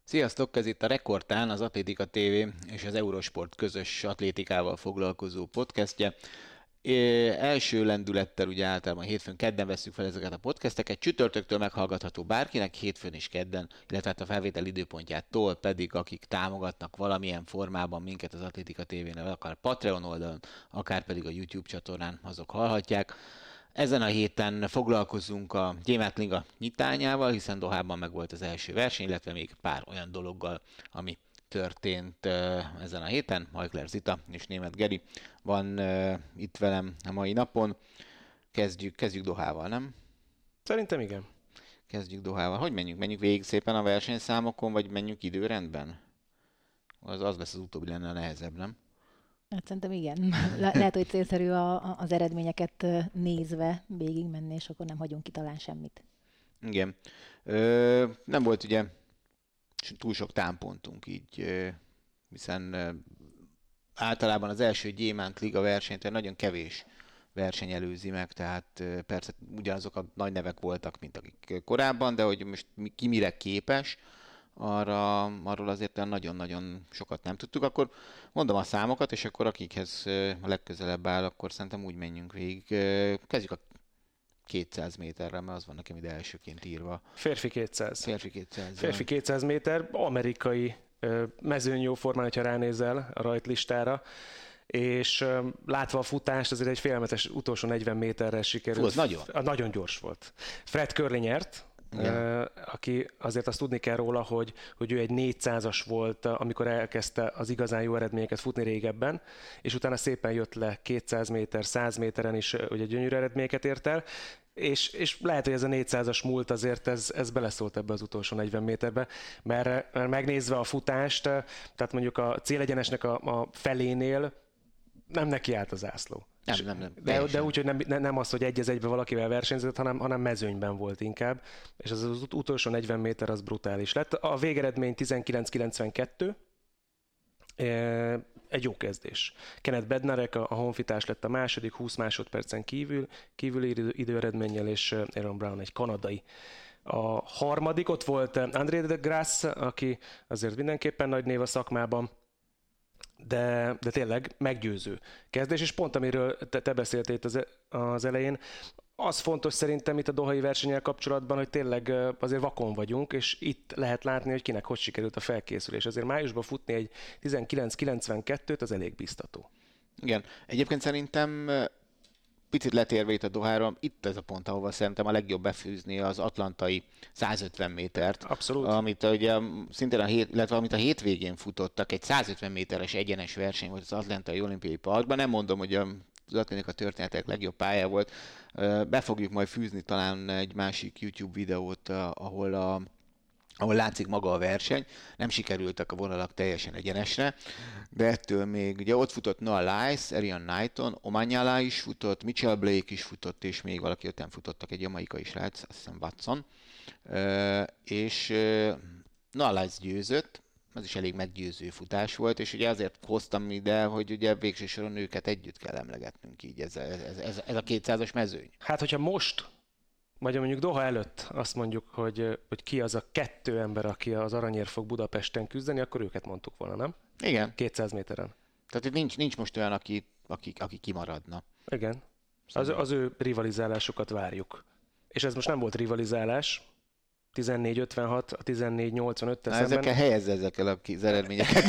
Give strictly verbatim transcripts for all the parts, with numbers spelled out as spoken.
Sziasztok, ez itt a Rekordtán, az Atlétika té vé és az Eurosport közös atlétikával foglalkozó podcastje. É, első lendülettel ugye általában hétfőn, kedden vesszük fel ezeket a podcasteket, csütörtöktől meghallgatható bárkinek, hétfőn és kedden, illetve hát a felvétel időpontjától pedig, akik támogatnak valamilyen formában minket az Atlétika té vénél, akár Patreon oldalon, akár pedig a YouTube csatornán, azok hallhatják. Ezen a héten foglalkozunk a Gyémánt Liga nyitányával, hiszen Dohában meg volt az első verseny, illetve még pár olyan dologgal, ami történt uh, ezen a héten. Majkler Zita és Németh Geri van uh, itt velem a mai napon. Kezdjük, kezdjük Dohával, nem? Szerintem igen. Kezdjük Dohával. Hogy menjünk? Menjünk végig szépen a versenyszámokon, vagy menjünk időrendben? Az, az lesz az utóbbi lenne a nehezebb, nem? Hát szerintem igen. Le- lehet, hogy célszerű a, a, az eredményeket nézve végigmenni, és akkor nem hagyunk ki talán semmit. Igen. Ö, nem volt ugye túl sok támpontunk így, ö, hiszen ö, általában az első Gyémánt Liga versenyt nagyon kevés verseny előzi meg, tehát ö, persze ugyanazok a nagy nevek voltak, mint akik korábban, de hogy most ki mire képes, arra, arról azért nagyon-nagyon sokat nem tudtuk. Akkor mondom a számokat, és akkor akikhez a legközelebb áll, akkor szerintem úgy menjünk végig. Kezdjük a kétszáz méterrel, mert az van nekem ide elsőként írva. Férfi kétszáz. Férfi kétszáz. Férfi kétszáz méter, amerikai mezőny jó formán, hogyha ránézel a rajtlistára, és látva a futást, azért egy félelmetes utolsó negyven méterrel sikerült. Fú, az nagyon. Nagyon gyors volt. Fred Curly nyert, Uh, aki azért azt tudni kell róla, hogy, hogy ő egy négyszázas volt, amikor elkezdte az igazán jó eredményeket futni régebben, és utána szépen jött le kétszáz méter, száz méteren is ugye gyönyörű eredményeket ért el, és, és lehet, hogy ez a négyszázas múlt azért ez, ez beleszólt ebbe az utolsó negyven méterbe, mert, mert megnézve a futást, tehát mondjuk a célegyenesnek a, a felénél nem neki állt az zászló. Nem, nem, nem. De, de úgy, hogy nem, nem az, hogy egy az egybe valakivel versenyzett, hanem, hanem mezőnyben volt inkább, és az, az utolsó negyven méter az brutális lett. A végeredmény tizenkilenc kilencvenkettő, egy jó kezdés. Kenneth Bednarek, a honfitárs lett a második, húsz másodpercen kívül, kívüli időeredménnyel, és Aaron Brown egy kanadai. A harmadik, ott volt André de Grasse, aki azért mindenképpen nagy név a szakmában, De, de tényleg meggyőző kezdés, és pont amiről te, te beszéltél itt az, az elején, az fontos szerintem itt a dohai versennyel kapcsolatban, hogy tényleg azért vakon vagyunk, és itt lehet látni, hogy kinek hogy sikerült a felkészülés. Azért májusban futni egy tizenkilenc kilencvenkettőt, az elég biztató. Igen. Egyébként szerintem picit letérve itt a Dohára, itt ez a pont, ahova szerintem a legjobb befűzni az atlantai százötven métert. Abszolút. Amit ugye szintén a hét, illetve amit a hétvégén futottak, egy százötven méteres egyenes verseny volt az Atlantai Olimpiai Parkban. Nem mondom, hogy az atlétika történetek legjobb pálya volt. Be fogjuk majd fűzni talán egy másik YouTube videót, ahol a ahol látszik maga a verseny, nem sikerültek a vonalak teljesen egyenesre, de ettől még, ugye ott futott Noah Lyles, Arian Knighton, Omanyala is futott, Mitchell Blake is futott, és még valaki öten futottak, egy jamaikai srác, azt hiszem Watson, és Noah Lyles győzött, az is elég meggyőző futás volt, és ugye azért hoztam ide, hogy ugye végső soron őket együtt kell emlegetnünk így, ez, ez, ez, ez a kétszázas mezőny. Hát, hogyha most vagy mondjuk Doha előtt azt mondjuk, hogy, hogy ki az a kettő ember, aki az aranyért fog Budapesten küzdeni, akkor őket mondtuk volna, nem? Igen. kétszáz méteren. Tehát itt nincs, nincs most olyan, aki, aki, aki kimaradna. Igen. Az, az ő rivalizálásokat várjuk. És ez most nem volt rivalizálás. tizennégy ötvenhat, a tizennégy nyolcvanöt szemben. Ezekkel helyezze ezekkel az eredményeket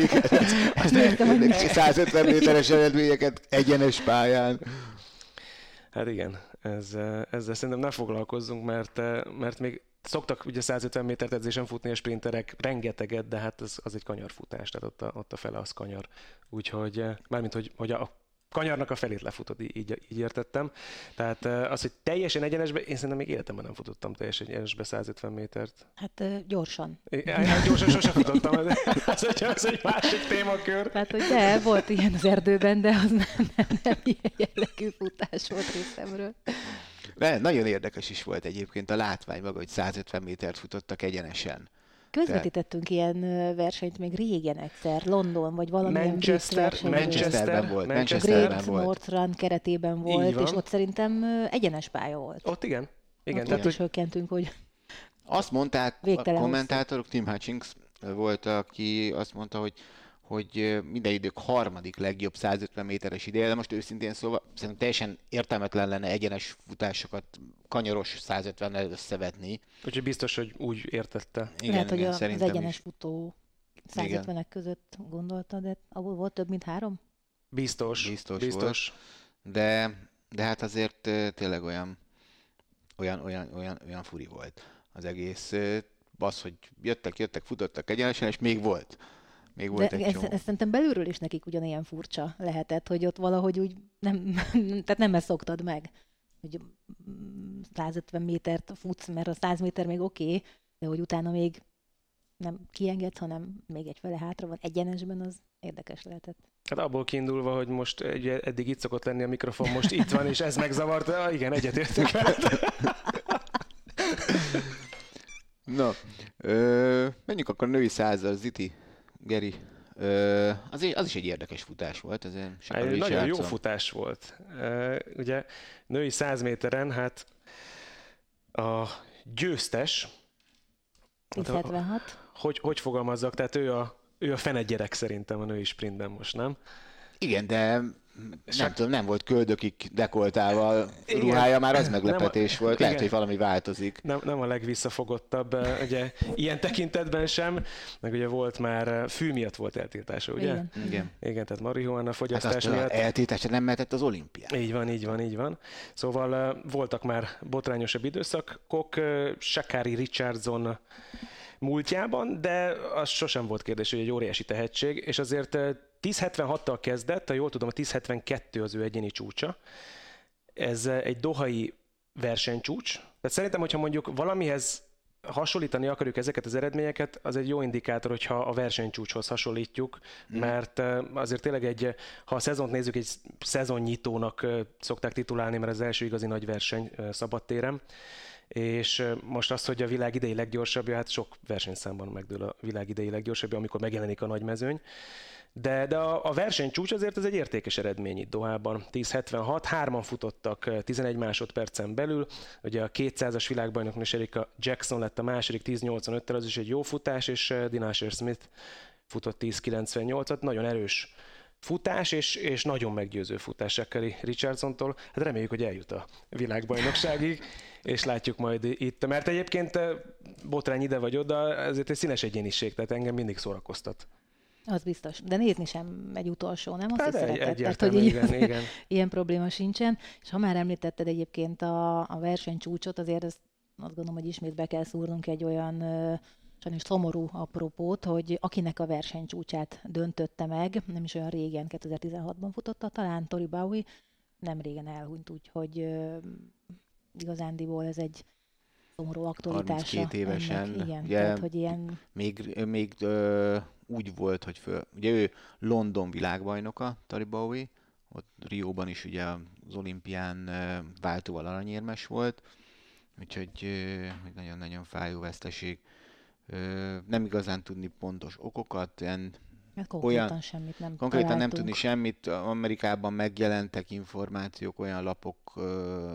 képzelik. százötven méteres eredményeket egyenes pályán. Hát igen, ezzel, ezzel szerintem ne foglalkozzunk, mert, mert még szoktak ugye százötven métert edzésen futni a sprinterek rengeteget, de hát az, az egy kanyarfutás, tehát ott a, ott a fele az kanyar. Úgyhogy, mármint, hogy, hogy a kanyarnak a felét lefutod, így, így értettem. Tehát az, hogy teljesen egyenesbe, én szerintem még életemben nem futottam teljesen egyenesbe százötven métert. Hát gyorsan. Hát gyorsan sosem futottam, az egy, az egy másik témakör. Hát, hogy de, volt ilyen az erdőben, de az nem, nem, nem ilyen jellegű futás volt részemről. De nagyon érdekes is volt egyébként a látvány maga, hogy százötven métert futottak egyenesen. Közvetítettünk Te... ilyen versenyt még régen egyszer, London, vagy valamilyen Manchester, Manchesterben volt. Manchesterben Great volt. North Run keretében volt, és ott szerintem egyenes pálya volt. Ott igen. igen. Ott, ott is hökkentünk, hogy azt mondták a kommentátorok, Tim Hutchings, volt, aki azt mondta, hogy hogy minden idők harmadik legjobb százötven méteres ideje, de most őszintén szóval szerintem teljesen értelmetlen lenne egyenes futásokat kanyaros százötvennel összevetni. Úgyhogy biztos, hogy úgy értette. Igen, Lehet, igen, hogy a, az egyenes is. futó százötvenek között gondolta, de abból volt több, mint három? Biztos. Biztos, biztos. Volt. De, de hát azért tényleg olyan, olyan, olyan, olyan, olyan furi volt az egész. Az, hogy jöttek, jöttek, futottak egyenesen, és még volt. Még volt de egy ez, csomó. ez szerintem belülről is nekik ugyanilyen furcsa lehetett, hogy ott valahogy úgy nem, tehát nem ezt szoktad meg, hogy százötven métert futsz, mert a száz méter még oké, okay, de hogy utána még nem kiengedsz, hanem még egy fele hátra van egyenesben, az érdekes lehetett. Hát abból kiindulva, hogy most ugye, eddig itt szokott lenni a mikrofon, most itt van, és ez megzavart, ah, igen, egyetértünk. Na, ö, menjünk akkor a női százzal, Ziti, Geri. Ö, az, az is egy érdekes futás volt. Ez egy nagyon jó futás volt. Uh, ugye női száz méteren, hát a győztes, tíz hetvenhat. Hogy, hogy fogalmazzak, tehát ő a, ő a fene gyerek szerintem a női sprintben most, nem? Igen, de nem Sak... tudom, nem volt köldökik dekoltával ruhája, már az meglepetés a... volt. Lehet, igen. hogy valami változik. Nem, nem a legvisszafogottabb, ugye ilyen tekintetben sem, meg ugye volt már, fű miatt volt eltiltása, ugye? Igen. Igen, Igen, tehát marihuana fogyasztás hát miatt. Eltiltása nem mehetett az olimpián. Így van, így van, így van. Szóval uh, voltak már botrányosabb időszakok, uh, Sha'Carri Richardson múltjában, de az sosem volt kérdés, hogy egy óriási tehetség, és azért uh, tíz hetvenhattal kezdett, ha jól tudom, a tíz hetvenkettő az ő egyéni csúcsa. Ez uh, egy dohai versenycsúcs. Tehát szerintem, hogyha mondjuk valamihez hasonlítani akarjuk ezeket az eredményeket, az egy jó indikátor, hogyha a versenycsúcshoz hasonlítjuk, mm. mert azért tényleg egy, ha a szezont nézzük, egy szezonnyitónak szokták titulálni, mert az első igazi nagy verseny szabadtéren, és most az, hogy a világ idei leggyorsabbja, hát sok versenyszámban megdől a világ idei leggyorsabbja, amikor megjelenik a nagy mezőny. De, de a, a versenycsúcs azért ez egy értékes eredmény itt Dohában. tíz hetvenhat, hárman futottak tizenegy másodpercen belül. Ugye a kétszázas világbajnoknő Shericka Jackson lett a második tíz nyolcvanöttel, az is egy jó futás, és Dean Asher-Smith futott tíz kilencvennyolcat. Nagyon erős futás, és, és nagyon meggyőző futás Sha'Carri Richardsontól. Hát reméljük, hogy eljut a világbajnokságig, és látjuk majd itt. Mert egyébként botrány ide vagy oda, ezért egy színes egyéniség, tehát engem mindig szórakoztat. Az biztos. De nézni sem egy utolsó, nem? Azt hát is egy, szeretett, mert hogy igen, igen. ilyen probléma sincsen. És ha már említetted egyébként a, a versenycsúcsot, azért ezt azt gondolom, hogy ismét be kell szúrnunk egy olyan uh, sajnos szomorú apropót, hogy akinek a versenycsúcsát döntötte meg, nem is olyan régen, kétezer-tizenhatban futotta, talán Tori Bowie, nem régen elhunyt, úgyhogy uh, igazándiból ez egy szomorú aktualitása. harminckét évesen. Ennek. Igen, ugye, tehát, hogy ilyen... Még, még ö, úgy volt, hogy föl, ugye ő London világbajnoka, Tori Bowie, ott Rióban is ugye az olimpián ö, váltóval aranyérmes volt, úgyhogy ö, nagyon-nagyon fájó veszteség. Ö, nem igazán tudni pontos okokat, ilyen hát konkrétan olyan, semmit nem konkrétan találtunk. nem tudni semmit, Amerikában megjelentek információk olyan lapok, ö,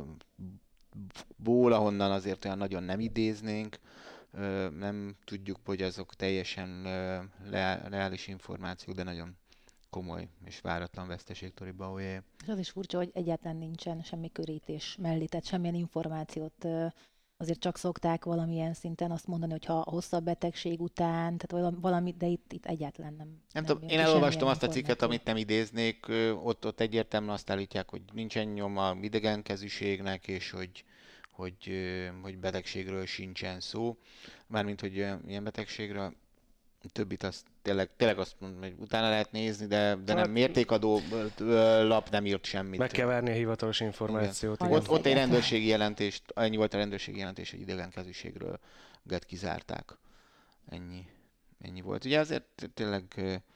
ból, ahonnan azért olyan nagyon nem idéznénk, nem tudjuk, hogy azok teljesen reális információk, de nagyon komoly és váratlan veszteség Tori Bowie. És az is furcsa, hogy egyáltalán nincsen semmi körítés mellé, tehát semmilyen információt azért csak szokták valamilyen szinten azt mondani, hogy ha hosszabb betegség után, tehát valami, de itt, itt egyáltalán nem. Nem, nem tudom, én elolvastam azt a cikket, amit nem idéznék, ott, ott egyértelműen azt állítják, hogy nincsen nyoma idegenkezűségnek, és hogy, hogy, hogy betegségről sincsen szó. Mármint, hogy ilyen betegségről, többit azt tényleg, tényleg azt mondom, hogy utána lehet nézni, de, de nem mértékadó lap nem írt semmit. Meg kell várni a hivatalos információt. Igen. Ott, ott egy rendőrségi jelentést, ennyi volt a rendőrségi jelentés, hogy idegenkezűségről kizárták. Ennyi, ennyi volt. Ugye azért tényleg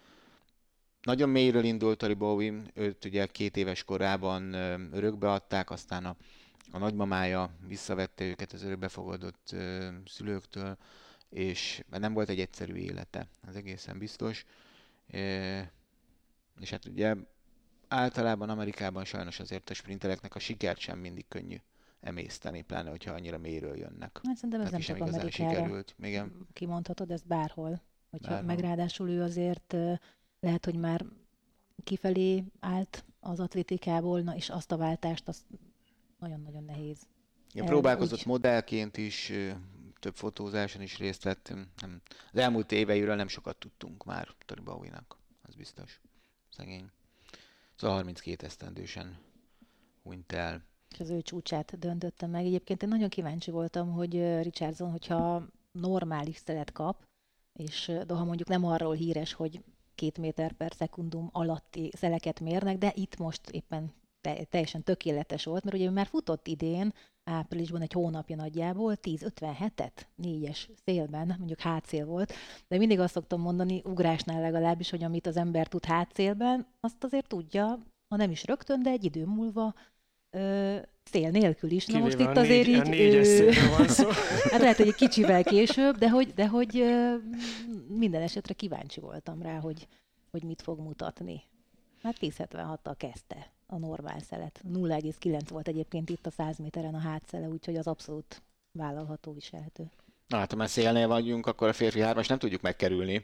nagyon mélyről indult Tori Bowie, őt ugye két éves korában örökbe adták, aztán a, a nagymamája visszavette őket az örökbefogadott szülőktől, és nem volt egy egyszerű élete, ez egészen biztos. E, és hát ugye általában Amerikában sajnos azért a sprintereknek a sikert sem mindig könnyű emészteni, pláne hogyha annyira mélyről jönnek. Hát szerintem ez nem csak Amerikára sikerült. Igen. kimondhatod, ez bárhol Hogyha, Bár meg van. ráadásul ő azért ö, lehet, hogy már kifelé állt az atlétikából, na és azt a váltást, azt nagyon-nagyon nehéz. Igen, El- próbálkozott úgy- modellként is, ö, több fotózáson is részt vett. Nem. Az elmúlt éveiről nem sokat tudtunk már Tony Bowie-nak, az biztos. Szegény. Szóval harminckét esztendősen hunyt el. És az ő csúcsát döntöttem meg. Egyébként én nagyon kíváncsi voltam, hogy ö, Richardson, hogyha normális szelet kap, és ö, Doha mondjuk nem arról híres, hogy két méter per szekundum alatti szeleket mérnek, de itt most éppen te- teljesen tökéletes volt, mert ugye ő már futott idén, áprilisban egy hónapja nagyjából, tíz ötvenhetet négyes szélben, mondjuk hátszél volt, de mindig azt szoktam mondani, ugrásnál legalábbis, hogy amit az ember tud hátszélben, azt azért tudja, ha nem is rögtön, de egy idő múlva ö, szél nélkül is. Na most Kivéve itt a azért négy, a így... négyes ö, szélről van szó. hát lehet, hogy egy kicsivel később, de hogy, de hogy ö, minden esetre kíváncsi voltam rá, hogy, hogy mit fog mutatni. Hát tíz hetvenhattal kezdte a normál szelet. nulla egész kilenc volt egyébként itt a száz méteren a hátszele, úgyhogy az abszolút vállalható, viselhető. Na hát, ha már szélnél vagyunk, akkor a férfi hármas nem tudjuk megkerülni.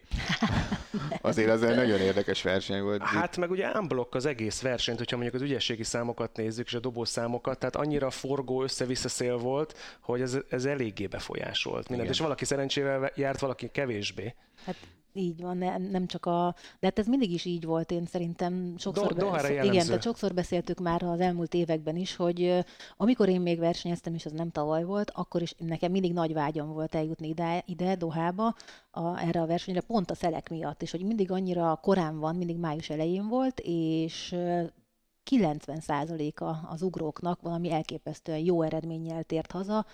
Azért az egy nagyon érdekes verseny volt. Hát meg ugye unblock az egész versenyt, hogyha mondjuk az ügyességi számokat nézzük, és a dobószámokat, tehát annyira forgó össze-vissza szél volt, hogy ez, ez eléggé befolyásolt mindent. Igen. És valaki szerencsével járt, valaki kevésbé. Hát így van, ne, nem csak a... De hát ez mindig is így volt, én szerintem sokszor... Do- Dohára igen, jellemző. tehát sokszor beszéltük már az elmúlt években is, hogy ö, amikor én még versenyeztem, és az nem tavaly volt, akkor is nekem mindig nagy vágyam volt eljutni ide, ide Dohába, a, erre a versenyre, pont a szelek miatt, és hogy mindig annyira korán van, mindig május elején volt, és ö, kilencven százaléka az ugróknak valami elképesztően jó eredménnyel tért haza,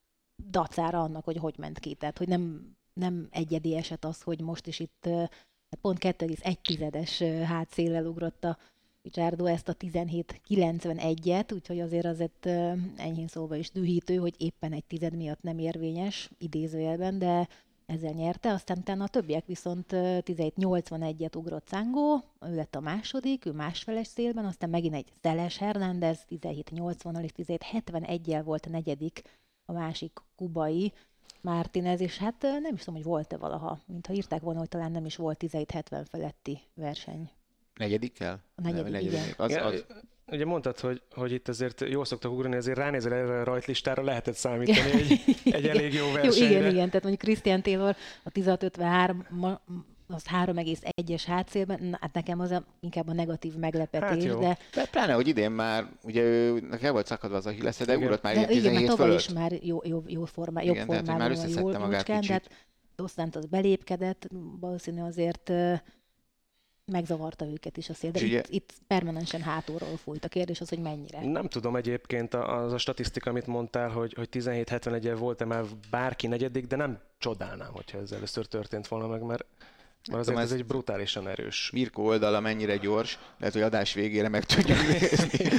dacára annak, hogy hogy ment ki. Tehát, hogy nem, nem egyedi eset az, hogy most is itt ö, hát pont kettő egész egy tizedes ö, hátszéllel ugrott a Ricciardo ezt a tizenhét kilencvenegyet, úgyhogy azért azért ö, enyhén szólva is dühítő, hogy éppen egy tized miatt nem érvényes idézőjelben, de ezzel nyerte, aztán utána a többiek viszont ö, tizenhét nyolcvanegyet ugrott Szangó, ő lett a második, ő másfeles szélben, aztán megint egy Szeles Hernández tizenhét nyolcvannal és tizenhét hetvenegyel volt a negyedik, a másik kubai Martinez, és hát ö, nem is tudom, hogy volt-e valaha, mintha írták volna, hogy talán nem is volt tizenhét hetven feletti verseny. Negyedikkel? A negyedik, Nem, igen. Az, Igen, az, Ugye mondtad, hogy, hogy itt azért jól szoktak ugrani, azért ránézel erre a rajtlistára, lehetett számítani egy, egy elég jó Jó, versenyre. igen, igen, tehát mondjuk Christian Taylor a tizenhat ötvenhárom, ma- az három egész egyes hátszélben, na, hát nekem az a, inkább a negatív meglepetés, Hát jó. de, de pláne, hogy idén már, ugye ő, el volt szakadva az a hílesze, de Igen. ugrott már de ilyen igen, mert tizenhét tavaly fölött. is már jó, jó, jó formá, jobb Igen, tehát, hogy már formában van, összeszedte jól, magát jócskán, de kicsit. hát Dosztánt az belépkedett, valószínű azért ö, megzavarta őket is a szél, de És ugye- itt, itt permanensen hátulról fújt. A kérdés az, hogy mennyire. Nem tudom egyébként az a statisztika, amit mondtál, hogy, hogy tizenhét hetvenegyel volt-e már bárki negyedik, de nem csodálnám, hogyha ez először történt volna meg, mert, mert azért tudom, ez ez- egy brutálisan erős. Mirko oldala mennyire gyors, lehet, hogy adás végére meg tudjuk nézni.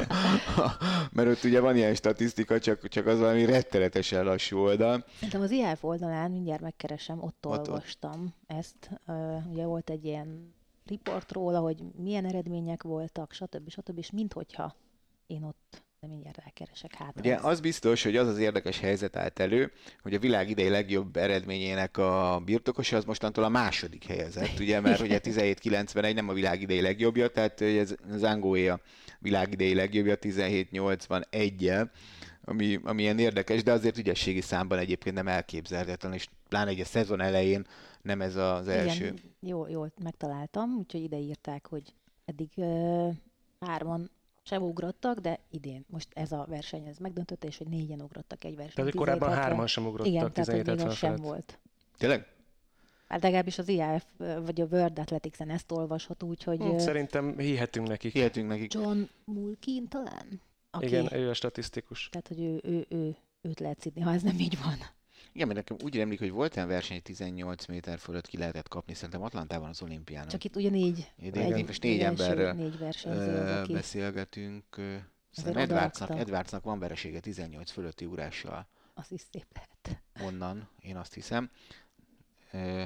Mert ott ugye van ilyen statisztika, csak, csak az valami rettenetesen lassú oldal. Szerintem az i á ef oldalán, mindjárt megkeresem, ott Ott, ott. olvastam ezt. Uh, ugye volt egy ilyen riport róla, hogy milyen eredmények voltak, stb. stb. És minthogyha én ott, de mindjárt rákeresek hátra. Ugye az biztos, hogy az az érdekes helyzet állt elő, hogy a világ idei legjobb eredményének a birtokosa az mostantól a második helyezett, ugye, mert ugye tizenhét kilencvenegy nem a világ idei legjobbja, tehát ez Zangóé a világ idei legjobbja tizenhét nyolcvanegyel, ami, ami ilyen érdekes, de azért ügyességi számban egyébként nem elképzelhetetlen, és pláne egy a szezon elején nem ez az első. Igen, jó, jól megtaláltam, úgyhogy ide írták, hogy eddig uh, hárman sem ugrottak, de idén most ez a verseny ez megdöntötte, és hogy négyen ugrottak egy versenyt. Tehát, hogy korábban tizenhét hetven. hárman sem ugrottak Igen, tehát hogy tizenhét még az sem hetven volt. Tényleg? Hát legalábbis az i á ef, vagy a World Athletics-en ezt olvasható, úgyhogy Hm, ö, Szerintem hihetünk nekik. Hihetünk nekik. John Mulkin talán? Aki, Igen, ő a statisztikus. Tehát, hogy ő, ő, ő, őt lehet szidni, ha ez nem így van. Igen, mert nekem úgy emlék, hogy volt olyan verseny, tizennyolc méter fölött ki lehetett kapni, szerintem Atlantában az olimpián. Csak itt ugye négy, Idén egy, most négy első emberről négy versenyző az, Ö, aki beszélgetünk. Ö, azért Szerintem Edwardsnak, odaadta. Edwardsnak van veresége tizennyolc fölötti ugrással az is szép lehet. onnan, én azt hiszem. Ö,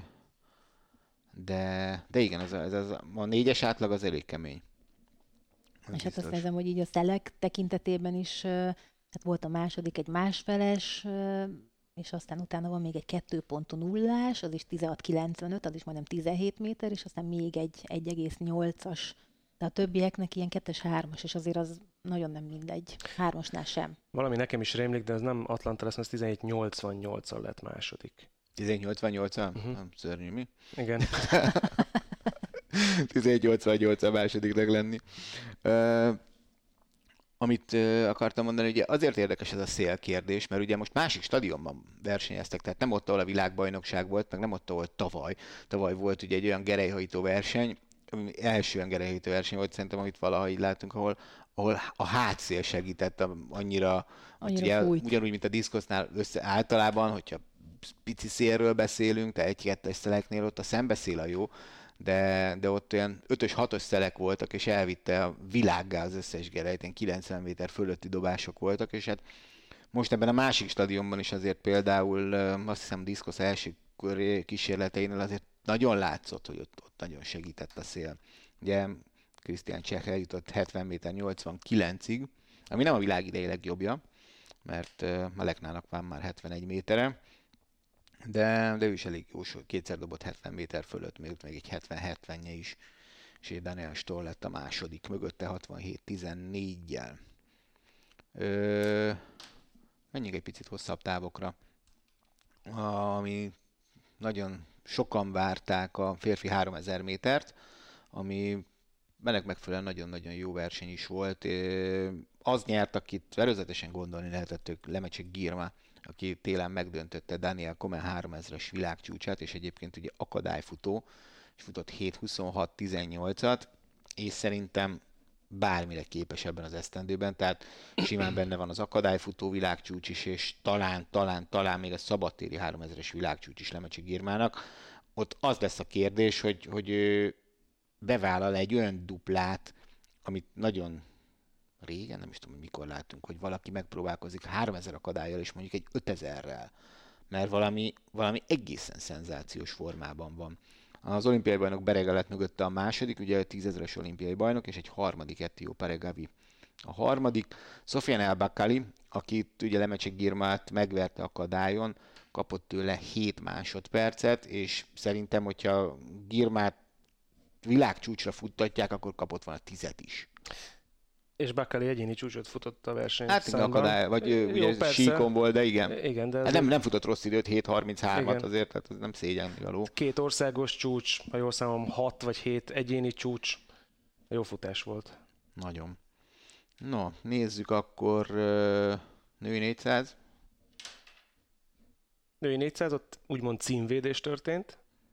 De, de igen, ez a, ez az, a négyes átlag az elég kemény. Ez És hát azt biztos. nézem, hogy így a szelek tekintetében is, ö, hát volt a második egy másfeles, ö, és aztán utána van még egy kettő pont nullás, az is tizenhat kilencvenöt, az is majdnem tizenhét méter, és aztán még egy egy egész nyolcas, de a többieknek ilyen kettes, hármas, és azért az nagyon nem mindegy. Hármasnál sem. Valami nekem is rémlik, de ez nem Atlanta lesz, ez tizenhét nyolcvannyolccal lett második. tizenhét nyolcvannyolc-al? Uh-huh. Nem szörnyű, mi? Igen. tizenhét nyolcvannyolc a másodiknak lenni. Uh, amit uh, akartam mondani, ugye azért érdekes ez a szélkérdés, mert ugye most másik stadionban versenyeztek, tehát nem ott, ahol a világbajnokság volt, meg nem ott, ahol tavaly. Tavaly volt ugye egy olyan gerelyhajtó verseny, első olyan gerelyhajtó verseny volt szerintem, amit valaha így látunk, ahol, ahol a hátszél segített annyira, annyira ugye, ugyanúgy, mint a diszkosznál össze, általában, hogyha pici szélről beszélünk, tehát egy-kettes szeleknél ott a szembeszél a jó, de, de ott olyan ötös, hatos szelek voltak, és elvitte a világgá az összes gerelyt, ilyen kilencven méter fölötti dobások voltak, és hát most ebben a másik stadionban is azért például azt hiszem diszkosz első kísérleteinél azért nagyon látszott, hogy ott, ott nagyon segített a szél. Ugye Krisztián Cseh eljutott hetven méter nyolcvankilencig, ami nem a világ idei legjobbja, mert Maleknának van már hetvenegy métere, de, de ő is elég jó, kétszer dobott hetven méter fölött, még még egy hetven-hetvenje is, és egy Daniel Stoll lett a második, mögötte hatvanhét tizennégyel. Ö, menjünk egy picit hosszabb távokra, ami nagyon sokan várták a férfi háromezer métert, ami ennek megfelelően nagyon-nagyon jó verseny is volt. Az nyert, akit előzetesen gondolni lehetett, ők Lemecsek Girma, aki télen megdöntötte Daniel Komen háromezres világcsúcsát, és egyébként ugye akadályfutó, és futott hét huszonhat tizennyolcat, és szerintem bármire képes ebben az esztendőben, tehát simán benne van az akadályfutó világcsúcs is, és talán, talán, talán még a szabadtéri háromezres világcsúcs is Lemecsek Girmának. Ott az lesz a kérdés, hogy, hogy ő bevállal egy olyan duplát, amit nagyon régen, nem is tudom, hogy mikor láttunk, hogy valaki megpróbálkozik háromezer akadállyal, és mondjuk egy ötezerrel, mert valami, valami egészen szenzációs formában van. Az olimpiai bajnok Berega lett mögötte a második, ugye a tízezeres olimpiai bajnok, és egy harmadik Ettio Paregavi a harmadik. Sofiane El Bakkali, akit ugye Lemecsek Girmát megverte akadályon, kapott tőle hét másodpercet, és szerintem, hogyha Girmát világcsúcsra futtatják, akkor kapott volna tizet is. És Bakkali egyéni csúcsot futott a verseny Hát igen, akadály, vagy jó, ugye persze. Síkon volt, de igen. igen de hát nem, nem futott rossz időt, hét harminchárom azért, tehát ez nem szégyenvaló. Két országos csúcs, ha jól számom, hat vagy hét egyéni csúcs. Jó futás volt. Nagyon. No, nézzük akkor uh, női négyszáz. Női négyszáz, ott úgymond címvédés történt.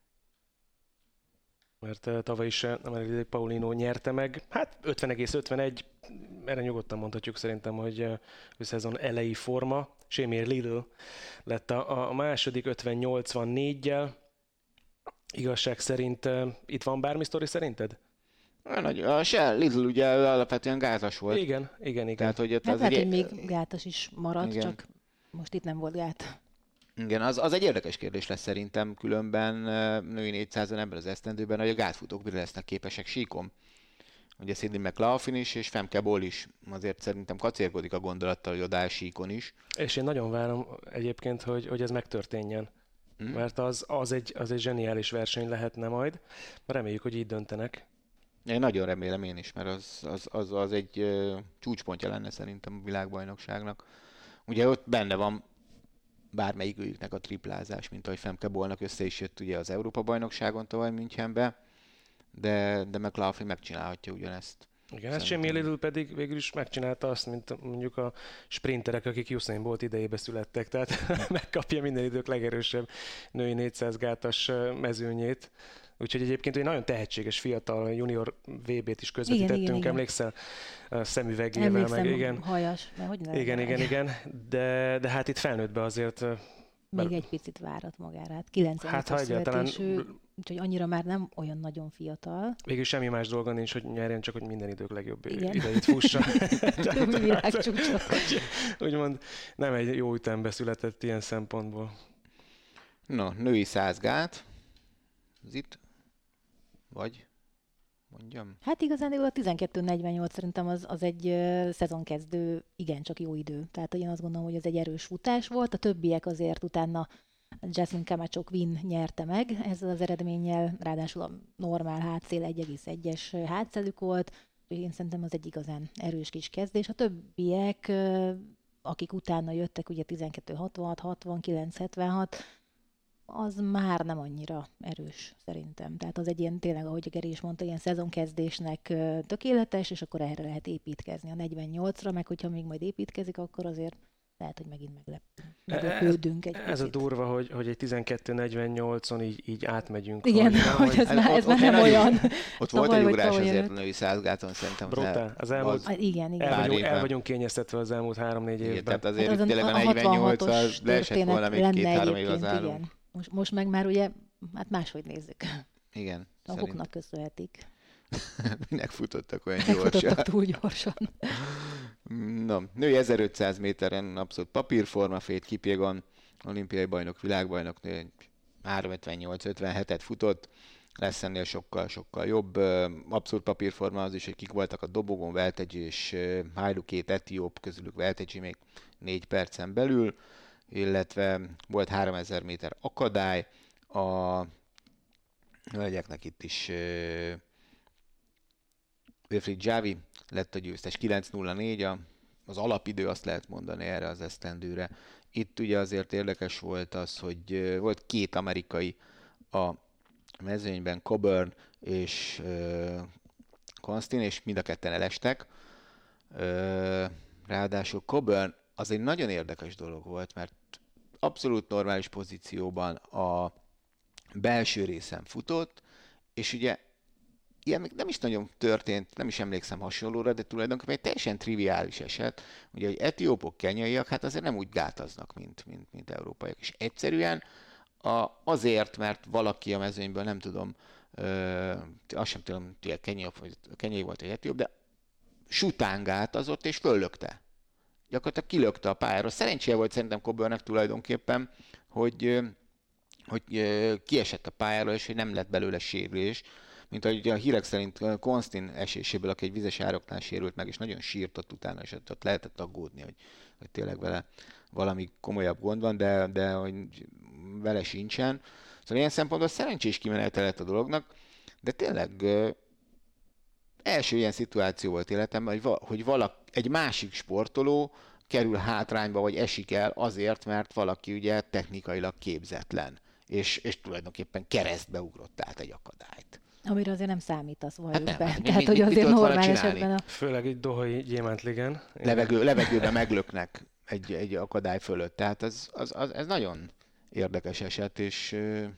Mert uh, tavaly is uh, Paulino nyerte meg. Hát ötven egész ötvenegy, erre nyugodtan mondhatjuk szerintem, hogy uh, a szezon elejé forma. Sémér Lidl lett a, a második ötven nyolcvannégyel. Igazság szerint uh, itt van bármi sztori szerinted? Nagy, a se Lidl ugye alapvetően gátas volt. Igen, igen, igen. Tehát, hogy ott hát az lehet, egy... hogy még gátas is maradt, igen. Csak most itt nem volt gát. Igen, az, az egy érdekes kérdés lesz szerintem különben női négyszázon ebben az esztendőben, hogy a gátfutók mire lesznek képesek síkon. Ugye Sidney McLaughlin is, és Femke Bol is azért szerintem kacérkodik a gondolattal, hogy odáll síkon is. És én nagyon várom egyébként, hogy, hogy ez megtörténjen. Hmm. Mert az, az, egy, az egy zseniális verseny lehetne majd. Reméljük, hogy így döntenek. Én nagyon remélem én is, mert az, az, az, az egy uh, csúcspontja lenne szerintem a világbajnokságnak. Ugye ott benne van bármelyik őjüknek a triplázás, mint ahogy Femke Bolnak össze is jött ugye az Európa-bajnokságon tavaly Münchenbe, de, de McLaughlin megcsinálhatja ugyanezt. Igen, hát Sémér Lidl pedig végül is megcsinálta azt, mint mondjuk a sprinterek, akik Usain Bolt idejébe születtek, tehát megkapja minden idők legerősebb női négyszáz gátas mezőnyét. Úgyhogy egyébként egy nagyon tehetséges fiatal junior vé bét is közvetítettünk, igen, igen, emlékszel? A szemüvegével. Emlékszem, meg, igen. hajas, mert hogy nem. Igen, igen, igen, de, de hát itt felnőtt be azért. Még egy picit várat magára, hát kilencvenes hát, születésű, úgyhogy annyira már nem olyan nagyon fiatal. Végül semmi más dolga nincs, hogy nyerjen, csak hogy minden idők legjobb igen. idejét fussa. Világcsúcsra. Úgymond nem egy jó ütembe született ilyen szempontból. No, női száz gát. Ez itt? Vagy? mondjam. Hát igazán a tizenkettő negyvennyolc szerintem az, az egy uh, szezonkezdő igencsak jó idő. Tehát én azt gondolom, hogy ez egy erős futás volt. A többiek azért utána Jasmine Camacho Quinn nyerte meg ezzel az eredménnyel, ráadásul a normál hátszél egy egész egyes hátszelük volt, és én szerintem az egy igazán erős kis kezdés. A többiek, akik utána jöttek, ugye tizenkettő hatvanhat, hatvankilenc hetvenhat, az már nem annyira erős szerintem. Tehát az egy ilyen, tényleg, ahogy a Geri is mondta, ilyen szezonkezdésnek tökéletes, és akkor erre lehet építkezni a negyvennyolcra, meg hogyha még majd építkezik, akkor azért lehet, hogy megint meglep, meglepődünk egy Ez a durva, hogy, hogy egy tizenkettő negyvennyolcon így, így átmegyünk. Igen, rajta, hogy ez, hát már, ott- ez már ott nem nagy- olyan. Ott Tavaly volt egy vagy ugrás tavaly azért a előtt. női százgáton, szerintem. Brutál. Az elmúlt, az- Ah, igen, igen. el, vagyunk, évben. el vagyunk kényeztetve az elmúlt három-négy Igen, évben. tehát azért Hát itt tényleg a negyvennyolc az leesett volna még két-három év az álló. igen. Most, most meg már ugye, hát máshogy nézzük. Igen, Maguknak köszönhetik. minek futottak olyan Megfutottak gyorsan. túl gyorsan. No, női ezerötszáz méteren abszolút papírforma, Faith Kipyegon, olimpiai bajnok, világbajnok, nő három ötvennyolc ötvenhetet futott, lesz ennél sokkal-sokkal jobb. Abszolút papírforma az is, hogy kik voltak a dobogon, Veltegi és Haile két etióp, közülük Veltegi még négy percen belül, illetve volt háromezer méter akadály, a hölgyeknek itt is Wilfried Javi lett a győztes, kilenc nulla négy a, az alapidő, azt lehet mondani erre az esztendőre. Itt ugye azért érdekes volt az, hogy volt két amerikai a mezőnyben, Coburn és uh, Constin, és mind a ketten elestek. Uh, ráadásul Coburn az egy nagyon érdekes dolog volt, mert abszolút normális pozícióban a belső részen futott, és ugye ilyen még nem is nagyon történt, nem is emlékszem hasonlóra, de tulajdonképpen egy teljesen triviális eset. Ugye, hogy etiópok, kenyaiak, hát azért nem úgy gátaznak, mint, mint, mint európaiak. És egyszerűen a, azért, mert valaki a mezőnyből, nem tudom, ö, azt sem tudom, hogy kenyai, kenyai volt, vagy etióp, de sutángátazott és föllökte. Gyakorlatilag kilökte a pályáról. Szerencséje volt szerintem Coburnnek tulajdonképpen, hogy, hogy kiesett a pályáról, és hogy nem lett belőle sérülés. Mint ahogy a hírek szerint Constin eséséből, aki egy vizes ároknál sérült meg, és nagyon sírtott utána, és ott lehetett aggódni, hogy, hogy tényleg vele valami komolyabb gond van, de, de hogy vele sincsen. Szóval ilyen szempontból szerencsés kimenete lett a dolognak, de tényleg ö, első ilyen szituáció volt életemben, hogy, va, hogy valaki, egy másik sportoló kerül hátrányba, vagy esik el azért, mert valaki ugye technikailag képzetlen, és, és tulajdonképpen keresztbe ugrott át egy akadályt. Amire azért nem számítasz, valljuk Hát be. nem, hát mi- Tehát, mi- hogy mit azért tudott volna normál csinálni? esetben a... Főleg egy dohai gyémántligen. Levegő, levegőben meglöknek egy, egy akadály fölött. Tehát az, az, az, ez nagyon érdekes eset, és, ö,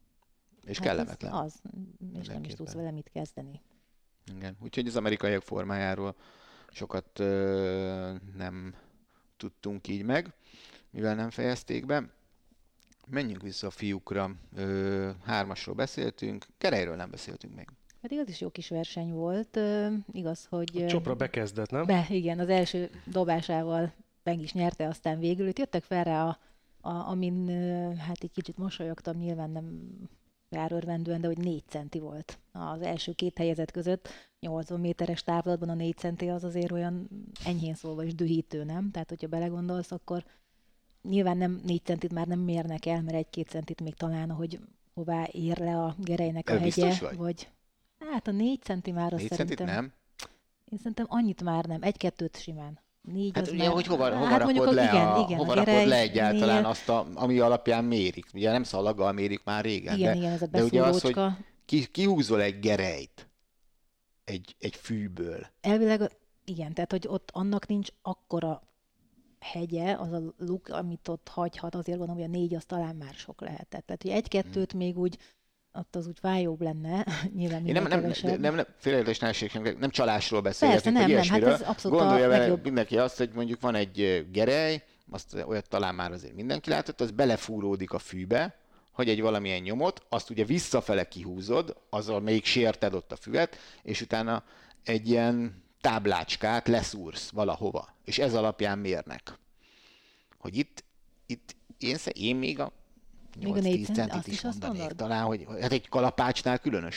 és Hát kellemetlen. Az, az, és nem is Mindenképpen. tudsz vele mit kezdeni. Igen. Úgyhogy az amerikaiak formájáról sokat ö, nem tudtunk így meg, mivel nem fejezték be. Menjünk vissza a fiúkra. Ö, hármasról beszéltünk, Kerejről nem beszéltünk még. Pedig az is jó kis verseny volt. Ö, igaz, hogy... A Csopra bekezdett, nem? Be, igen, az első dobásával meg is nyerte, aztán végül itt jöttek fel rá, a, a, amin ö, hát egy kicsit mosolyogtam, nyilván nem jár örvendően, de hogy négy centi volt az első két helyezett között. nyolcvan méteres távlatban a négy centi az azért olyan enyhén szólva is dühítő, nem? Tehát, hogyha belegondolsz, akkor nyilván nem négy centit már nem mérnek el, mert egy-két centit még talán, hogy hová ér le a Gerejnek a Ö, hegye. biztos vagy? Vagy hát a négy centi már azt Négy szerintem... centit nem? Én szerintem annyit már nem, egy-kettőt simán. Négy Hát az ugye, már... hogy hova, hova hát rakod mondjuk, le, igen, a, igen, hova a rakod le egyáltalán Gerejnél- azt, a, ami alapján mérik. Ugye nem szalaggal mérik már régen, Igen, de, igen, ez a de ugye az, hogy beszúrócska. ki, kihúzol egy gerejt egy, egy fűből. Elvileg, a- igen, tehát hogy ott annak nincs akkora hegye, az a luk, amit ott hagyhat, azért gondolom, hogy a négy az talán már sok lehetett. Tehát, hogy egy-kettőt Hmm. még úgy, ott az úgy fájóbb lenne, nyilván Én nem, minden nem, kevesebb. nem, nem, nem félreértés ne essék, nem csalásról Persze, beszélgetünk, nem, vagy nem, hát ilyesmiről. ez abszolút a Gondolja vele legjobb. mindenki azt, hogy mondjuk van egy ö, gerej, azt olyat talán már azért mindenki látott, az belefúródik a fűbe, hogy egy valamilyen nyomot, azt ugye visszafele kihúzod, azzal még sérted ott a füvet, és utána egy ilyen táblácskát leszúrsz valahova, és ez alapján mérnek. Hogy itt, itt én, sze- én még a Még a négy nyolc-tíz cent, centit azt is is azt mondanék mondod? talán, hogy hát egy kalapácsnál különösen,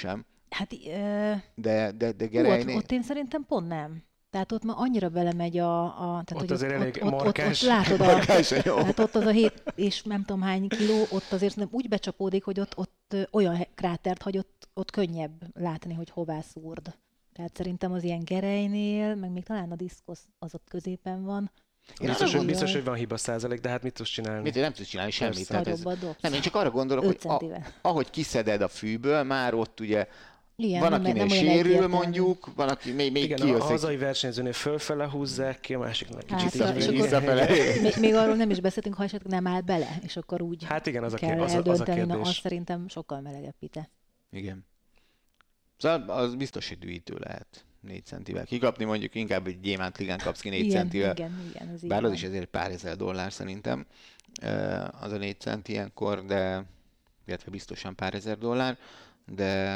Hát, ö... de, de, de Hú, Gerejné... ott, ott én szerintem pont nem. Tehát ott már annyira belemegy a... a tehát, ott hogy azért ott, elég ott, ott, markáns. ott, ott látod a... Markáns, jó. Tehát ott az a hét és nem tudom hány kiló, ott azért nem úgy becsapódik, hogy ott, ott olyan krátert hagy, ott, ott könnyebb látni, hogy hová szúrd. Tehát szerintem az ilyen Gerejnél, meg még talán a diszkosz az ott középen van. Én biztos, hogy, biztos, hogy van hiba százalék, de hát mit tudsz csinálni? Mit, nem tudsz csinálni semmit. Tehát ez, nem, én csak arra gondolok, hogy a, ahogy kiszeded a fűből, már ott ugye igen, van, akinél nem, nem sérül mondjuk, van, aki még, még igen, kijössz. A hazai versenyzőnél fölfele húzzák ki, a másiknak kicsit hát, így visszafele. Még, még arról nem is beszéltünk, ha esetleg nem áll bele, és akkor úgy hát igen, az kell a, az, eldönteni, az a kérdés. na, azt szerintem sokkal melegebb pite. Igen. Szóval az biztos, hogy dühítő lehet négy centivel. Kikapni mondjuk inkább egy gyémánt ligán kapsz ki négy igen, centivel. Igen, igen, ez bár az van. Is ezért pár ezer dollár szerintem. Az a négy cent ilyenkor, de illetve biztosan pár ezer dollár, de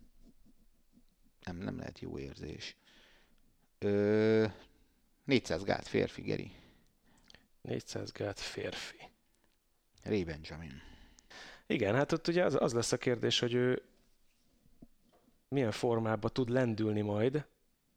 nem, nem lehet jó érzés. Ö, négyszáz gát férfi, Geri. négyszáz gát férfi. Ray Benjamin. Igen, hát ott ugye az, az lesz a kérdés, hogy ő milyen formában tud lendülni majd.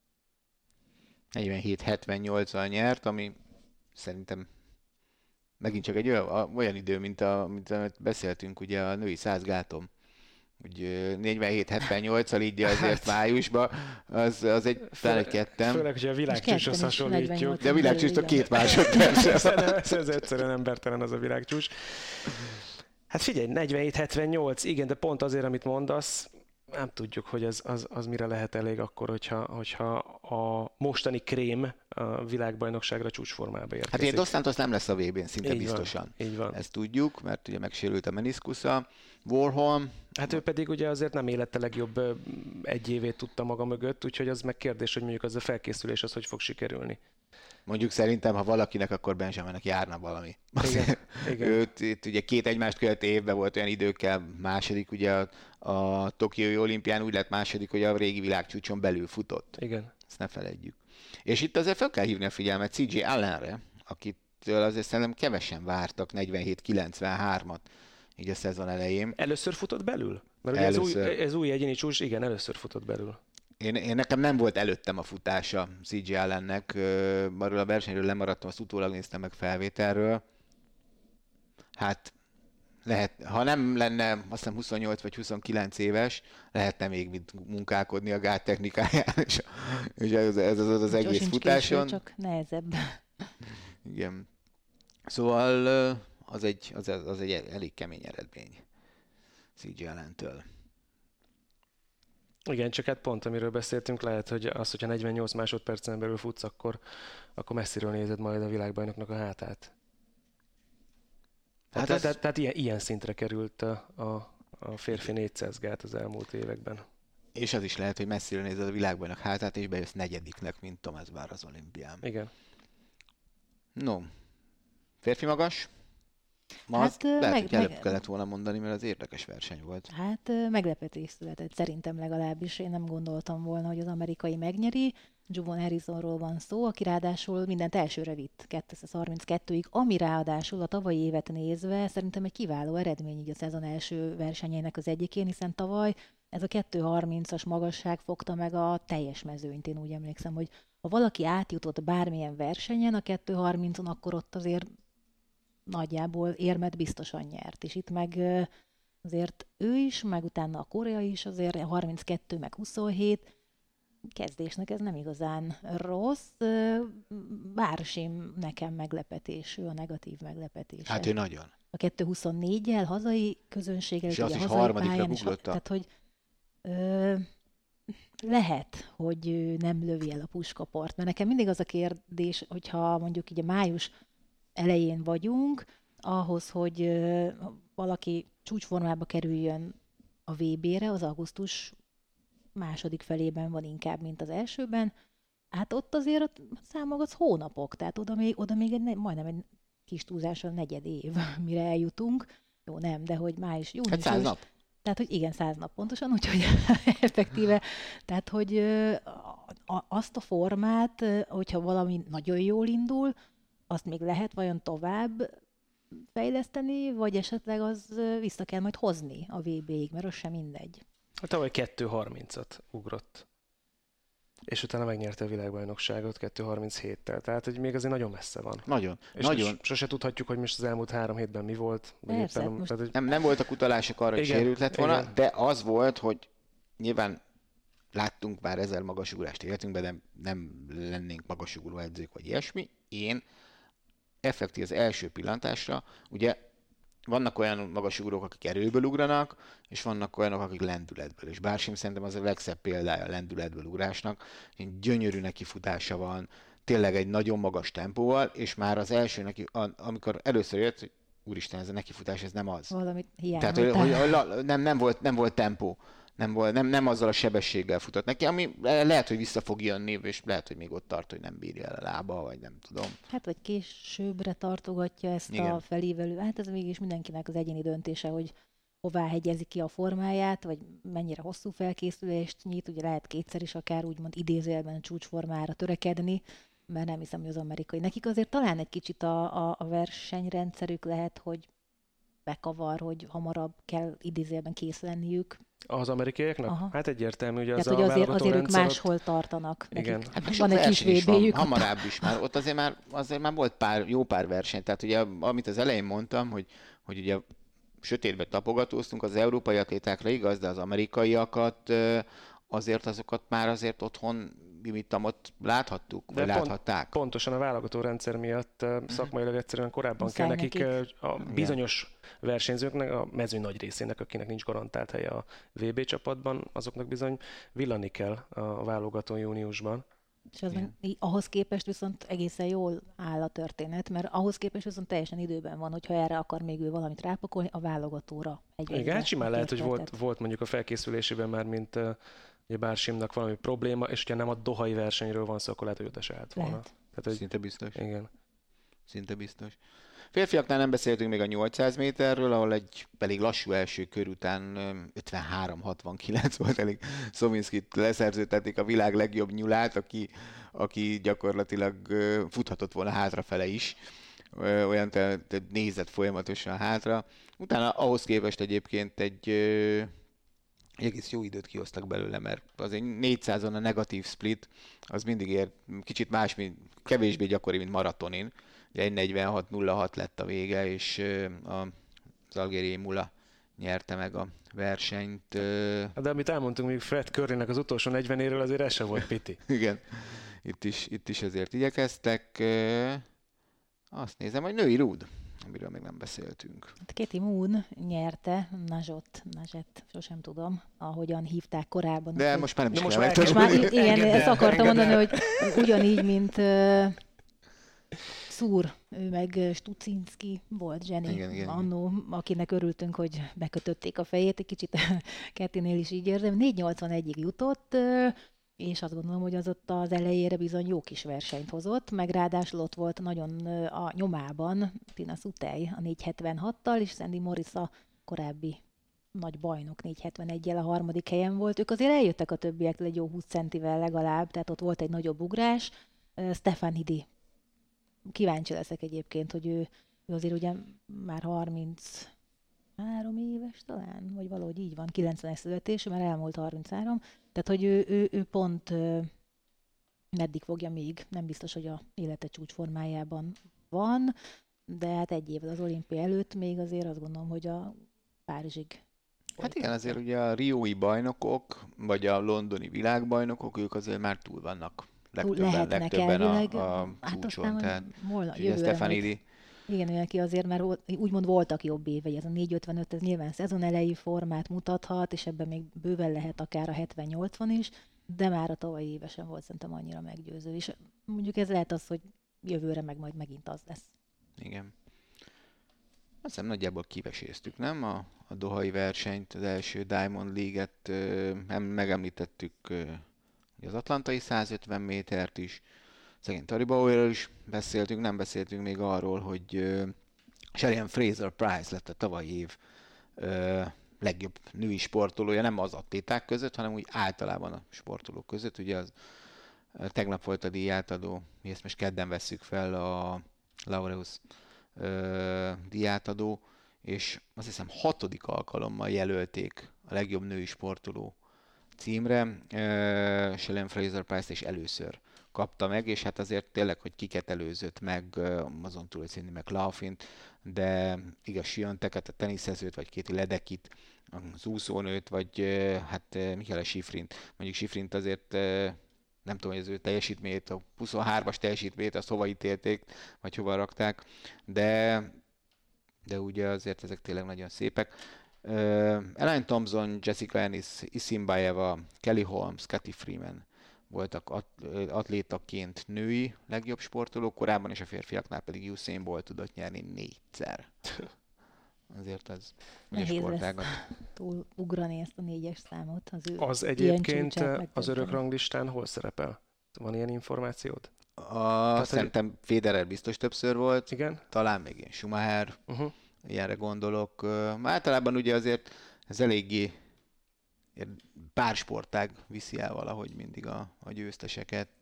negyvenhét hetvennyolccal nyert, ami szerintem megint csak egy olyan, olyan idő, mint, a, mint amit beszéltünk ugye a női száz gátom. Úgy negyvenhét hetvennyolccal így azért májusban, az, az egy talán egy kettem. Főleg, hogy a világcsúcshoz hasonlítjuk. De a világcsúcs a két másodperc. ez, ez egyszerűen embertelen az a világcsúcs. Hát figyelj, negyvenhét hetvennyolc, igen, de pont azért, amit mondasz, nem tudjuk, hogy az, az, az mire lehet elég akkor, hogyha, hogyha a mostani krém a világbajnokságra csúcsformába érkezik. Hát én Dos Santos nem lesz a vé bén, szinte így biztosan. Van, így van. Ezt tudjuk, mert ugye megsérült a meniszkusza. Warholm. Hát ő pedig ugye azért nem élete legjobb egy évét tudta maga mögött, úgyhogy az meg kérdés, hogy mondjuk az a felkészülés az hogy fog sikerülni. Mondjuk szerintem, ha valakinek, akkor Benjaminnek járna valami. Igen, igen. Őt, itt ugye két egymást követő évben volt olyan időkkel második, ugye a, a Tokiói olimpián úgy lett második, hogy a régi világcsúcson belül futott. Igen. Ezt ne feledjük. És itt azért fel kell hívni a figyelmet cé jé Allenre, akitől azért szerintem kevesen vártak negyvenhét kilencvenhármat így a szezon elején. Először futott belül? Mert ugye ez új, ez új egyéni csúcs, igen, először futott belül. Én, én nekem nem volt előttem a futása cé jé Allennek, arról a versenyről lemaradtam, azt utólag néztem meg felvételről. Hát lehet, ha nem lenne, azt hiszem huszonnyolc vagy huszonkilenc éves, lehetne még mit munkálkodni a gát technikáján, és, és ez, ez az, az egész sincs futáson. Késő, csak nehezebb. Igen. Szóval az egy, az, az egy elég kemény eredmény cé jé Allentől. Igen, csak hát pont, amiről beszéltünk, lehet, hogy az, hogyha negyvennyolc másodpercen belül futsz, akkor, akkor messziről nézed majd a világbajnoknak a hátát. Hát tehát, tehát, tehát ilyen, ilyen szintre került a, a, a férfi négyszáz gát az elmúlt években. És az is lehet, hogy messziről nézed a világbajnok hátát, és bejössz negyediknek, mint Thomas Bár az olimpián. Igen. No, férfi magas? Ma hát, lehet, meg, hogy előbb meg... kellett volna mondani, mert az érdekes verseny volt. Hát meglepetés született, szerintem legalábbis. Én nem gondoltam volna, hogy az amerikai megnyeri. Juvon Harrisonról van szó, aki ráadásul mindent elsőre vitt kétszázharminckettőig, ami ráadásul a tavalyi évet nézve szerintem egy kiváló eredmény így a szezon első versenyének az egyikén, hiszen tavaly ez a kétszázharmincas magasság fogta meg a teljes mezőnyt. Én úgy emlékszem, hogy ha valaki átjutott bármilyen versenyen a kétszázharmincon, akkor ott azért nagyjából érmet biztosan nyert, és itt meg azért ő is, meg utána a Korea is azért harminckettő, meg huszonhét, kezdésnek ez nem igazán rossz, bár sem nekem meglepetés, ő a negatív meglepetés. Hát ő nagyon. A kettőszázhuszonnégyel hazai közönséggel, és az is harmadikra bugrott. Tehát, hogy ö, lehet, hogy ő nem lövi el a puskaport, mert nekem mindig az a kérdés, hogyha mondjuk így a május elején vagyunk, ahhoz, hogy ö, valaki csúcsformába kerüljön a vé bére, az augusztus második felében van inkább, mint az elsőben. Hát ott azért ott számolgatsz hónapok, tehát oda még, oda még egy, majdnem egy kis túlzással negyed év, mire eljutunk. Jó, nem, de hogy május, június. Hát száz nap. Tehát, hogy igen, száz nap pontosan, úgyhogy effektíve, tehát, hogy azt a formát, hogyha valami nagyon jól indul, azt még lehet vajon tovább fejleszteni, vagy esetleg az vissza kell majd hozni a vé béig, mert az sem mindegy. Hát tavaly kettő harmincat ugrott. És utána megnyerte a világbajnokságot kettő harminchetttel. Tehát, hogy még azért nagyon messze van. Nagyon. És nagyon. sose tudhatjuk, hogy most az elmúlt három hétben mi volt. Persze, éppen, most... tehát, hogy... Nem, nem voltak utalások arra, hogy Igen, sérült lett volna, igen. de az volt, hogy nyilván láttunk már ezer magasugrást életünkben, de nem lennénk magasugró edzők vagy ilyesmi. Én effektív az első pillantásra, ugye vannak olyan magasugrók, akik erőből ugranak, és vannak olyanok, akik lendületből. És Bársim szerintem az a legszebb példája a lendületből ugrásnak. Gyönyörű nekifutása van, tényleg egy nagyon magas tempóval, és már az első neki, amikor először jött, hogy úristen, ez a nekifutás, ez nem az. Valamit Tehát, hogy, hogy nem, nem, volt, nem volt tempó. Nem, volt, nem, nem azzal a sebességgel futott neki, ami lehet, hogy vissza fog jönni, és lehet, hogy még ott tart, hogy nem bírja el a lába, vagy nem tudom. Hát, vagy későbbre tartogatja ezt Igen. a felívelő. Hát ez mégis mindenkinek az egyéni döntése, hogy hová hegyezi ki a formáját, vagy mennyire hosszú felkészülést nyit. Ugye lehet kétszer is akár úgymond idézőjelben csúcsformára törekedni, mert nem hiszem, hogy az amerikai. Nekik azért talán egy kicsit a, a, a versenyrendszerük lehet, hogy bekavar, hogy hamarabb kell idézőjelben kész lenniük. Az amerikaiaknak? Aha. Hát egyértelmű, hogy az Tehát, a hogy azért, azért ők válogató máshol ott... tartanak. Igen. Nekik Hát van egy kis verseny is van, vé béjük. hamarabb is már. Ott azért már, azért már volt pár, jó pár verseny. Tehát ugye, amit az elején mondtam, hogy, hogy ugye sötétbe tapogatóztunk, az európai atlétákra igaz, de az amerikaiakat azért azokat már azért otthon mit ott láthattuk, de vagy pont, láthatták. Pontosan a válogató rendszer miatt szakmailag egyszerűen korábban kell nekik, nekik a bizonyos versenyzőknek, a mezőny nagy részének, akinek nincs garantált helye a vé bé csapatban, azoknak bizony villani kell a válogató júniusban. És az ahhoz képest viszont egészen jól áll a történet, mert ahhoz képest viszont teljesen időben van, hogyha erre akar még ő valamit rápakolni, a válogatóra. Igen, hát simán lehet, hogy volt, volt mondjuk a felkészülésében már, mint uh, ugye Bársimnak valami probléma, és ugye nem a dohai versenyről van szó, akkor lehet, hogy öt se állt volna. Tehát, hogy... Szinte biztos. Igen. Szinte biztos. Férfiaknál nem beszéltünk még a nyolcszáz méterről, ahol egy elég lassú első kör után ötvenhárom hatvankilenc volt, elég Szominszkit leszerződtették, a világ legjobb nyulát, aki, aki gyakorlatilag futhatott volna hátrafele is. Olyan te, te nézett folyamatosan hátra. Utána ahhoz képest egyébként egy, egy egész jó időt kihoztak belőle, mert azért négyszázon a negatív split, az mindig ér, kicsit más, mint, kevésbé gyakori, mint maratonin. egy negyvenhat nulla hat lett a vége, és az algériai Mula nyerte meg a versenyt. De amit elmondtunk még Fred Currynek az utolsó negyvenéről, azért ez se volt piti. Igen, itt is, itt is azért igyekeztek. Azt nézem, hogy női rúd, amiről még nem beszéltünk. Katie Moon nyerte, Najot, Najet, sosem tudom, ahogyan hívták korábban. De hogy... most már nem is most kell most már, igen, ezt akartam mondani, hogy ugyanígy, mint uh, Szúr, ő meg Stucinski volt, Jenny, igen, igen, annó, akinek örültünk, hogy bekötötték a fejét, egy kicsit Ketinél is így érzem. négy nyolcvanegyig jutott, és azt gondolom, hogy az ott az elejére bizony jó kis versenyt hozott, meg ráadásul ott volt nagyon a nyomában Tina Sutej a négy hetvenhattal, és Sandy Morris a korábbi nagy bajnok négy hetveneggyel a harmadik helyen volt. Ők azért eljöttek a többiektől egy jó húsz centivel legalább, tehát ott volt egy nagyobb ugrás. Stefan Hidi. Kíváncsi leszek egyébként, hogy ő, ő azért ugye már harminchárom éves talán, vagy valahogy így van, kilencvenes születésű, mert elmúlt harminchárom. Tehát, hogy ő, ő, ő pont ö, meddig fogja még, nem biztos, hogy a élete csúcsformájában van, de hát egy évvel az olimpia előtt még azért azt gondolom, hogy a Párizsig. Hát igen, azért ugye a riói bajnokok, vagy a londoni világbajnokok, ők azért már túl vannak. Legtöbben, legtöbben elvileg, a, a hát csúcson, tehát Stefanidi. Igen, olyan ki azért, mert úgymond voltak jobb évei, ez a négy ötvenöt, ez nyilván szezon elejé formát mutathat, és ebben még bőven lehet akár a hetven nyolcvan is, de már a tavalyi évesen volt szerintem annyira meggyőző, és mondjuk ez lehet az, hogy jövőre meg majd megint az lesz. Igen. Azt hiszem nagyjából kiveséztük, nem? A, a dohai versenyt, az első Diamond League-et ö, megemlítettük ö, az atlantai százötven métert is, szegény Tari Bauerről is beszéltünk, nem beszéltünk még arról, hogy uh, Shelly-Ann Fraser-Pryce lett a tavalyi év uh, legjobb női sportolója, nem az atléták között, hanem úgy általában a sportolók között. Ugye az uh, tegnap volt a díjátadó, mi ezt most kedden vesszük fel, a Laureus uh, díjátadó, és azt hiszem hatodik alkalommal jelölték a legjobb női sportoló címre. Uh, Shalane Fraser-Pryce is először kapta meg, és hát azért tényleg, hogy kiket előzött meg, uh, azon túl Cindy McLaughlint, de igaz Sionteket, a teniszezőt, vagy Katie Ledekit, az úszónőt, vagy uh, hát uh, Michaela Schifrint. Mondjuk Schifrint azért uh, nem tudom, hogy az ő teljesítményét, a huszonhármas teljesítményét, azt hova ítélték, vagy hova rakták, de, de ugye azért ezek tényleg nagyon szépek. Uh, Elaine Thompson, Jessica Ennis, Isinbayeva, Kelly Holmes, Cathy Freeman voltak at- atlétaként női legjobb sportolók, korábban és a férfiaknál pedig Usain Bolt tudott nyerni négyszer. Azért az nehéz sportágat. Túl ugrani ezt a négyes számot. Az, ő az egyébként az örök ranglistán hol szerepel? Van ilyen információd? A, Tehát, szerintem hogy... Federer biztos többször volt. Igen? Talán még én Schumacher. Uh-huh. Ilyenre gondolok. Általában ugye azért ez eléggé pár sportág viszi el valahogy mindig a, a győzteseket.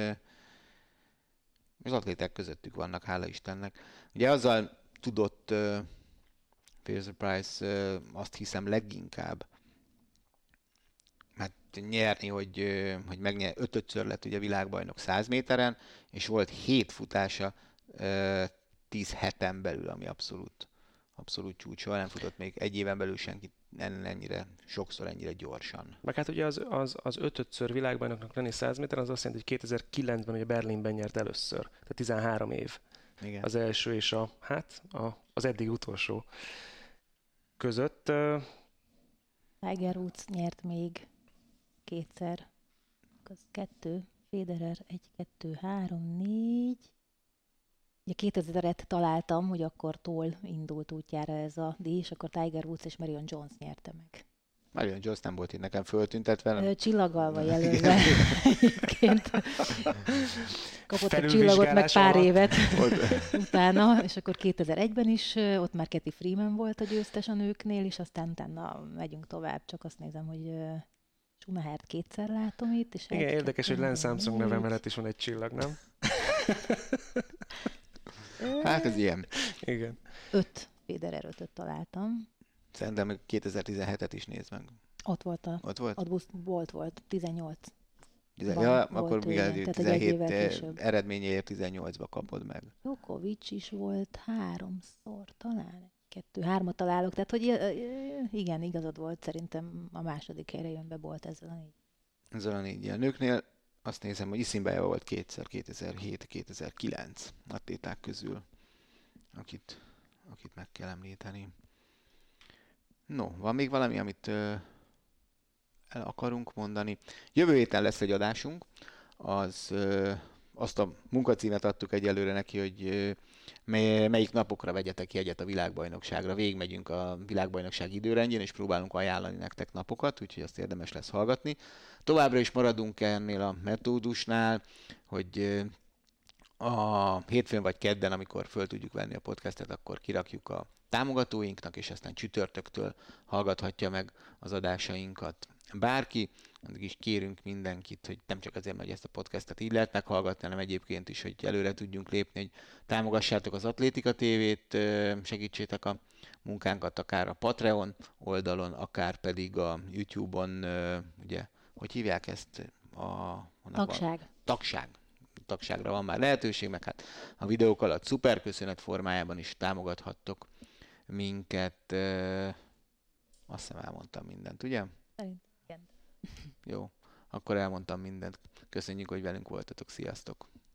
Az atléták közöttük vannak, hála Istennek. Ugye azzal tudott uh, Fraser-Pryce uh, azt hiszem leginkább hát nyerni, hogy, uh, hogy megnyer, ötödször lett ugye világbajnok száz méteren, és volt hét futása uh, tíz heten belül, ami abszolút abszolút csúcs. Soha nem futott még egy éven belül senki ennyire, sokszor ennyire gyorsan. Meg hát ugye az, az, az ötödször világbajnoknak lenni száz méteren, az azt jelenti, hogy kétezer-kilencben ugye Berlinben nyert először. Tehát tizenhárom év. Igen. Az első és a, hát, a, az eddig utolsó között. Uh... Tiger Woods nyert még kétszer. Az kettő, Federer egy, kettő, három, négy. Ugye kétezret találtam, hogy akkortól indult útjára ez a díj, és akkor Tiger Woods és Marion Jones nyerte meg. Marion Jones nem volt itt nekem föltüntetve. Csillaggal vagy jelölve egyébként. Kapott egy csillagot, meg pár alatt. évet utána, és akkor kétezer-egyben is ott már Cathy Freeman volt a győztes a nőknél, és aztán utána megyünk tovább, csak azt nézem, hogy Schumachert kétszer látom itt. És igen, érdekes, hogy Lance Armstrong neve mellett is van egy csillag, nem? Hát ez ilyen. Igen. Öt Federer ötöt találtam. Szerintem kétezer-tizenhetet is nézd meg. Ott volt a... Ott volt? Ott volt, volt. tizennyolc. Tizen... Ja, akkor még tizenhét eredményéért tizennyolcba kapod meg. Djokovic is volt háromszor, talán kettő, hármat találok. Tehát, hogy igen, igazad volt, szerintem a második helyre jön be Bolt ezzel a négy. Ezzel a négy. A nőknél azt nézem, hogy Isinbayeva volt kétszer, kétezer-hét kétezer-kilenc atléták közül, akit, akit meg kell említeni. No, van még valami, amit ö, el akarunk mondani? Jövő héten lesz egy adásunk, az, ö, azt a munkacímet adtuk egyelőre neki, hogy ö, mely, melyik napokra vegyetek jegyet a világbajnokságra. Végigmegyünk a világbajnokság időrendjén, és próbálunk ajánlani nektek napokat, úgyhogy azt érdemes lesz hallgatni. Továbbra is maradunk ennél a metódusnál, hogy ö, a hétfőn vagy kedden, amikor föl tudjuk venni a podcastet, akkor kirakjuk a támogatóinknak, és aztán csütörtöktől hallgathatja meg az adásainkat bárki. Addig is kérünk mindenkit, hogy nem csak azért, hogy ezt a podcastet így lehet meghallgatni, hanem egyébként is, hogy előre tudjunk lépni, hogy támogassátok az Atlétika té vét, segítsétek a munkánkat akár a Patreon oldalon, akár pedig a YouTube-on, ugye, hogy hívják ezt? A, Tagság. Van? Tagság. Tagságra van már lehetőség, meg hát a videók alatt szuper köszönet formájában is támogathattok minket. Ö, azt hiszem elmondtam mindent, ugye? Szerintem igen. Jó, akkor elmondtam mindent. Köszönjük, hogy velünk voltatok. Sziasztok!